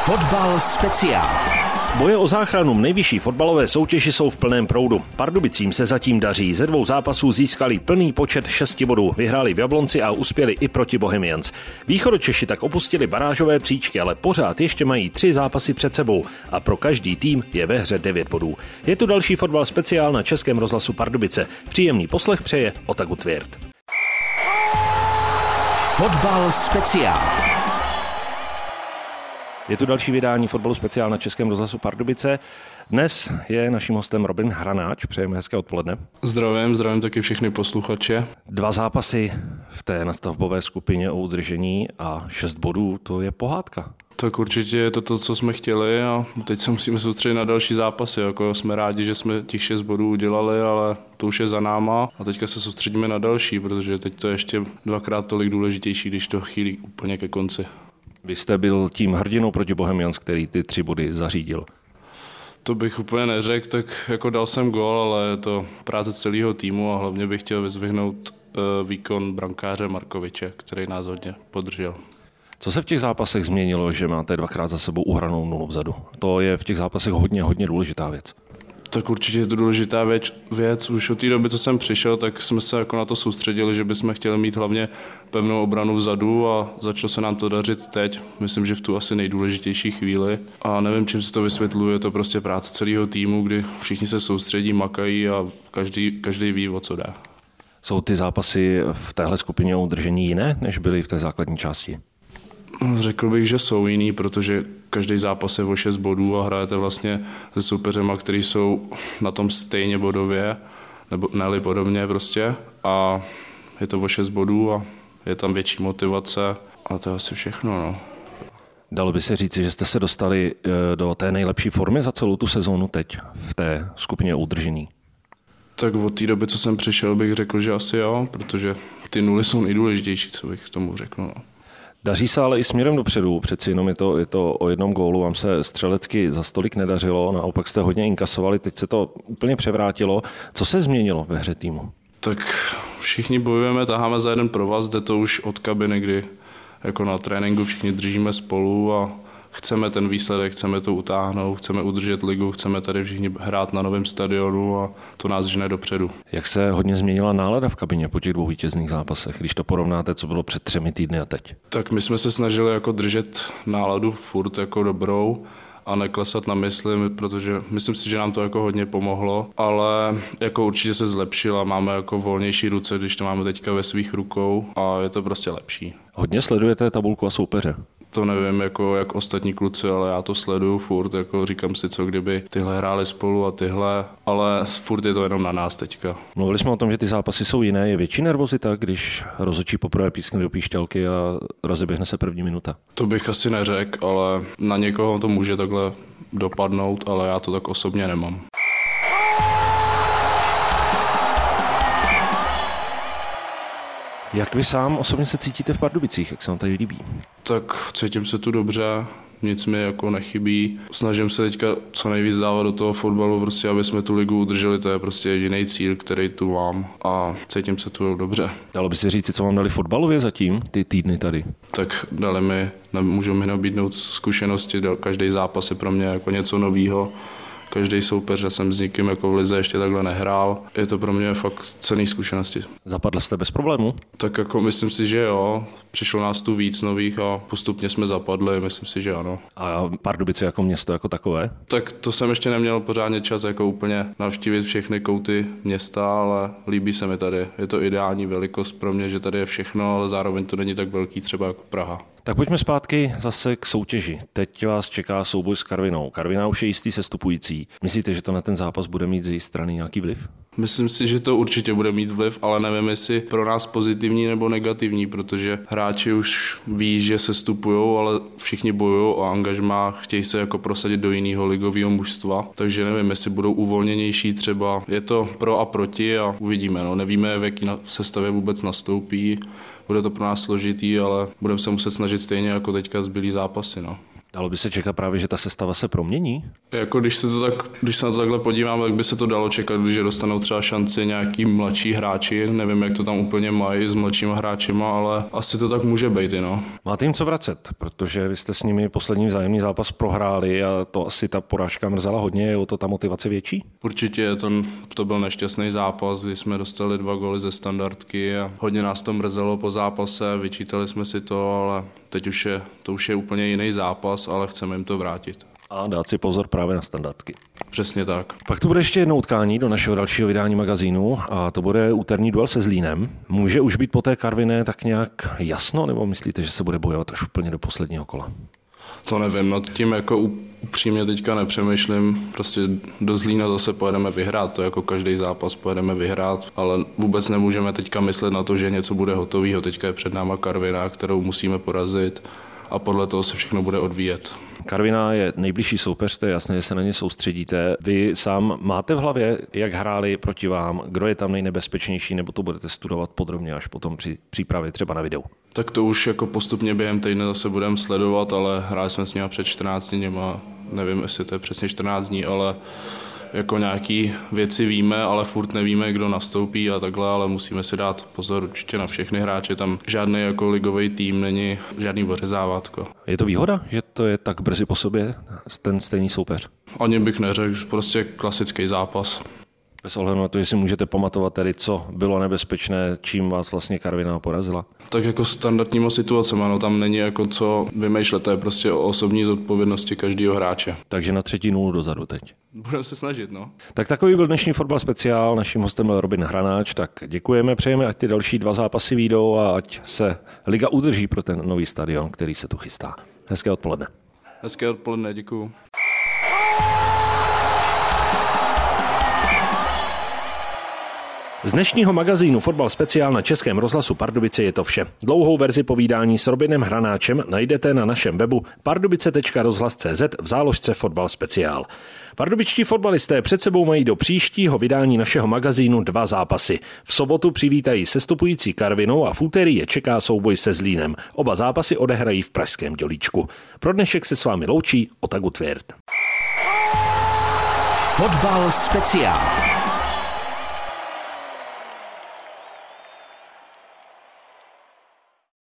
Fotbal speciál. Boje o záchranu nejvyšší fotbalové soutěži jsou v plném proudu. Pardubicím se zatím daří. Ze 2 zápasů získali plný počet 6 bodů. Vyhráli v Jablonci a uspěli i proti Bohemians. Východočeši tak opustili barážové příčky, ale pořád ještě mají 3 zápasy před sebou a pro každý tým je ve hře 9 bodů. Je tu další fotbal speciál na Českém rozhlasu Pardubice. Příjemný poslech přeje Otaku Tvěrt. Fotbal speciál. Je tu další vydání fotbalu speciál na Českém rozhlasu Pardubice. Dnes je naším hostem Robin Hranáč. Přejeme hezké odpoledne. Zdravím taky všechny posluchače. 2 zápasy v té nastavbové skupině o udržení a 6 bodů, to je pohádka. Tak určitě je to, co jsme chtěli a teď se musíme soustředit na další zápasy. Jako jsme rádi, že jsme těch 6 bodů udělali, ale to už je za náma a teďka se soustředíme na další, protože teď to je ještě 2krát tolik důležitější, když to chýlí úplně ke konci. Vy jste byl tím hrdinou proti Bohemians, který ty 3 body zařídil. To bych úplně neřekl, tak jako dal jsem gól, ale je to práce celého týmu a hlavně bych chtěl vyzvihnout výkon brankáře Markoviče, který nás hodně podržel. Co se v těch zápasech změnilo, že máte 2krát za sebou uhranou 0 vzadu? To je v těch zápasech hodně důležitá věc. Tak určitě je to důležitá věc. Už od té doby, co jsem přišel, tak jsme se jako na to soustředili, že bychom chtěli mít hlavně pevnou obranu vzadu a začalo se nám to dařit teď. Myslím, že v tu asi nejdůležitější chvíli. A nevím, čím se to vysvětluje, je to prostě práce celého týmu, kdy všichni se soustředí, makají a každý ví, o co jde. Jsou ty zápasy v téhle skupině o udržení jiné, než byly v té základní části? Řekl bych, že jsou jiný, protože každý zápas je o 6 bodů a hrajete vlastně se soupeřema, kteří jsou na tom stejně bodově, nebo ne podobně prostě. A je to o 6 bodů a je tam větší motivace a to je asi všechno. No. Dalo by se říci, že jste se dostali do té nejlepší formy za celou tu sezónu teď v té skupině udržení? Tak od té doby, co jsem přišel, bych řekl, že asi jo, protože ty nuly jsou nejdůležitější, co bych k tomu řekl. No. Daří se ale i směrem dopředu, přeci jenom je to o 1 gólu, vám se střelecky za stolik nedařilo, naopak jste hodně inkasovali, teď se to úplně převrátilo. Co se změnilo ve hře týmu? Tak všichni bojujeme, taháme za jeden provaz, jde to už od kabiny, kdy jako na tréninku všichni držíme spolu a chceme ten výsledek, chceme to utáhnout, chceme udržet ligu, chceme tady všichni hrát na novém stadionu a to nás žene dopředu. Jak se hodně změnila nálada v kabině po těch 2 vítězných zápasech, když to porovnáte, co bylo před 3 týdny a teď? Tak my jsme se snažili jako držet náladu furt jako dobrou a neklesat na mysli, protože myslím si, že nám to jako hodně pomohlo, ale jako určitě se zlepšila, máme jako volnější ruce, když to máme teďka ve svých rukou a je to prostě lepší. Hodně sledujete tabulku a soupeře? To nevím, jako jak ostatní kluci, ale já to sleduju furt, jako říkám si, co kdyby tyhle hráli spolu a tyhle, ale furt je to jenom na nás teďka. Mluvili jsme o tom, že ty zápasy jsou jiné. Je větší nervozita, když rozhodčí poprvé pískne do píšťalky a rozeběhne se první minuta? To bych asi neřekl, ale na někoho to může takhle dopadnout, ale já to tak osobně nemám. Jak vy sám osobně se cítíte v Pardubicích, jak se vám tady líbí? Tak cítím se tu dobře, nic mi jako nechybí. Snažím se teďka co nejvíc dávat do toho fotbalu, prostě, aby jsme tu ligu udrželi, to je prostě jediný cíl, který tu mám a cítím se tu dobře. Dalo by se říct, co vám dali fotbalově zatím, ty týdny tady? Tak můžou mi nabídnout zkušenosti, každý zápas je pro mě jako něco novýho. Každý soupeř, já jsem s nikým jako v lize ještě takhle nehrál. Je to pro mě fakt cenný zkušenosti. Zapadl jste bez problémů? Tak jako myslím si, že jo. Přišlo nás tu víc nových a postupně jsme zapadli, myslím si, že ano. A Pardubice jako město jako takové? Tak to jsem ještě neměl pořádně čas jako úplně navštívit všechny kouty města, ale líbí se mi tady. Je to ideální velikost pro mě, že tady je všechno, ale zároveň to není tak velký třeba jako Praha. Tak pojďme zpátky zase k soutěži. Teď vás čeká souboj s Karvinou. Karviná už je jistý sestupující. Myslíte, že to na ten zápas bude mít z její strany nějaký vliv? Myslím si, že to určitě bude mít vliv, ale nevím, jestli pro nás pozitivní nebo negativní, protože hráči už ví, že sestupujou, ale všichni bojují o angažmá, chtějí se jako prosadit do jiného ligového mužstva, takže nevím, jestli budou uvolněnější třeba. Je to pro a proti a uvidíme. No. Nevíme, v jaký sestavě vůbec nastoupí. Bude to pro nás složitý, ale budeme se muset snažit stejně jako teďka zbylý zápasy. No. Dalo by se čekat právě, že ta sestava se promění? Jako když se na to takhle podívám, tak by se to dalo čekat, když dostanou třeba šanci nějaký mladší hráči, nevím, jak to tam úplně mají s mladšíma hráčima, ale asi to tak může být, no. Máte jim co vracet, protože vy jste s nimi poslední vzájemný zápas prohráli a to asi ta porážka mrzela hodně, je o to ta motivace větší? Určitě to byl nešťastný zápas, kdy jsme dostali 2 góly ze standardky a hodně nás to mrzelo po zápase, vyčítali jsme si to, ale teď to už je úplně jiný zápas, ale chceme jim to vrátit. A dát si pozor právě na standardky. Přesně tak. Pak tu bude ještě jedno utkání do našeho dalšího vydání magazínu a to bude úterní duel se Zlínem. Může už být po té Karviné tak nějak jasno, nebo myslíte, že se bude bojovat až úplně do posledního kola? To nevím, nad tím jako upřímně teďka nepřemýšlím, prostě do Zlína zase pojedeme vyhrát, to jako každý zápas pojedeme vyhrát, ale vůbec nemůžeme teďka myslet na to, že něco bude hotovýho, teďka je před náma Karviná, kterou musíme porazit a podle toho se všechno bude odvíjet. Karviná je nejbližší soupeř, to je jasné, že se na ně soustředíte. Vy sám máte v hlavě, jak hráli proti vám, kdo je tam nejnebezpečnější, nebo to budete studovat podrobně až potom při přípravě třeba na videu? Tak to už jako postupně během týdne zase budeme sledovat, ale hráli jsme s nimi před 14 dní, nevím, jestli to je přesně 14 dní, ale jako nějaký věci víme, ale furt nevíme, kdo nastoupí a takhle, ale musíme si dát pozor určitě na všechny hráče. Tam žádný jako ligový tým není, žádný ořezávátko. Je to výhoda, že to je tak brzy po sobě ten stejný soupeř? Ani bych neřekl, prostě klasický zápas. Bez ohledu na to, jestli můžete pamatovat tedy, co bylo nebezpečné, čím vás vlastně Karviná porazila? Tak jako standardníma situacema, no tam není jako co vymýšlet, to je prostě o osobní zodpovědnosti každého hráče. Takže na 3-0 dozadu teď. Budeme se snažit, no. Tak takový byl dnešní Fotbal speciál, naším hostem byl Robin Hranáč, tak děkujeme, přejeme, ať ty další 2 zápasy vyjdou a ať se liga udrží pro ten nový stadion, který se tu chystá. Hezké odpoledne. Hezké odpoledne, děkuju. Z dnešního magazínu Fotbal speciál na Českém rozhlasu Pardubice je to vše. Dlouhou verzi povídání s Robinem Hranáčem najdete na našem webu pardubice.rozhlas.cz v záložce Fotbal speciál. Pardubičtí fotbalisté před sebou mají do příštího vydání našeho magazínu 2 zápasy. V sobotu přivítají sestupující Karvinou a v úterý je čeká souboj se Zlínem. Oba zápasy odehrají v pražském Dělíčku. Pro dnešek se s vámi loučí Ota Gutwirth. Fotbal speciál.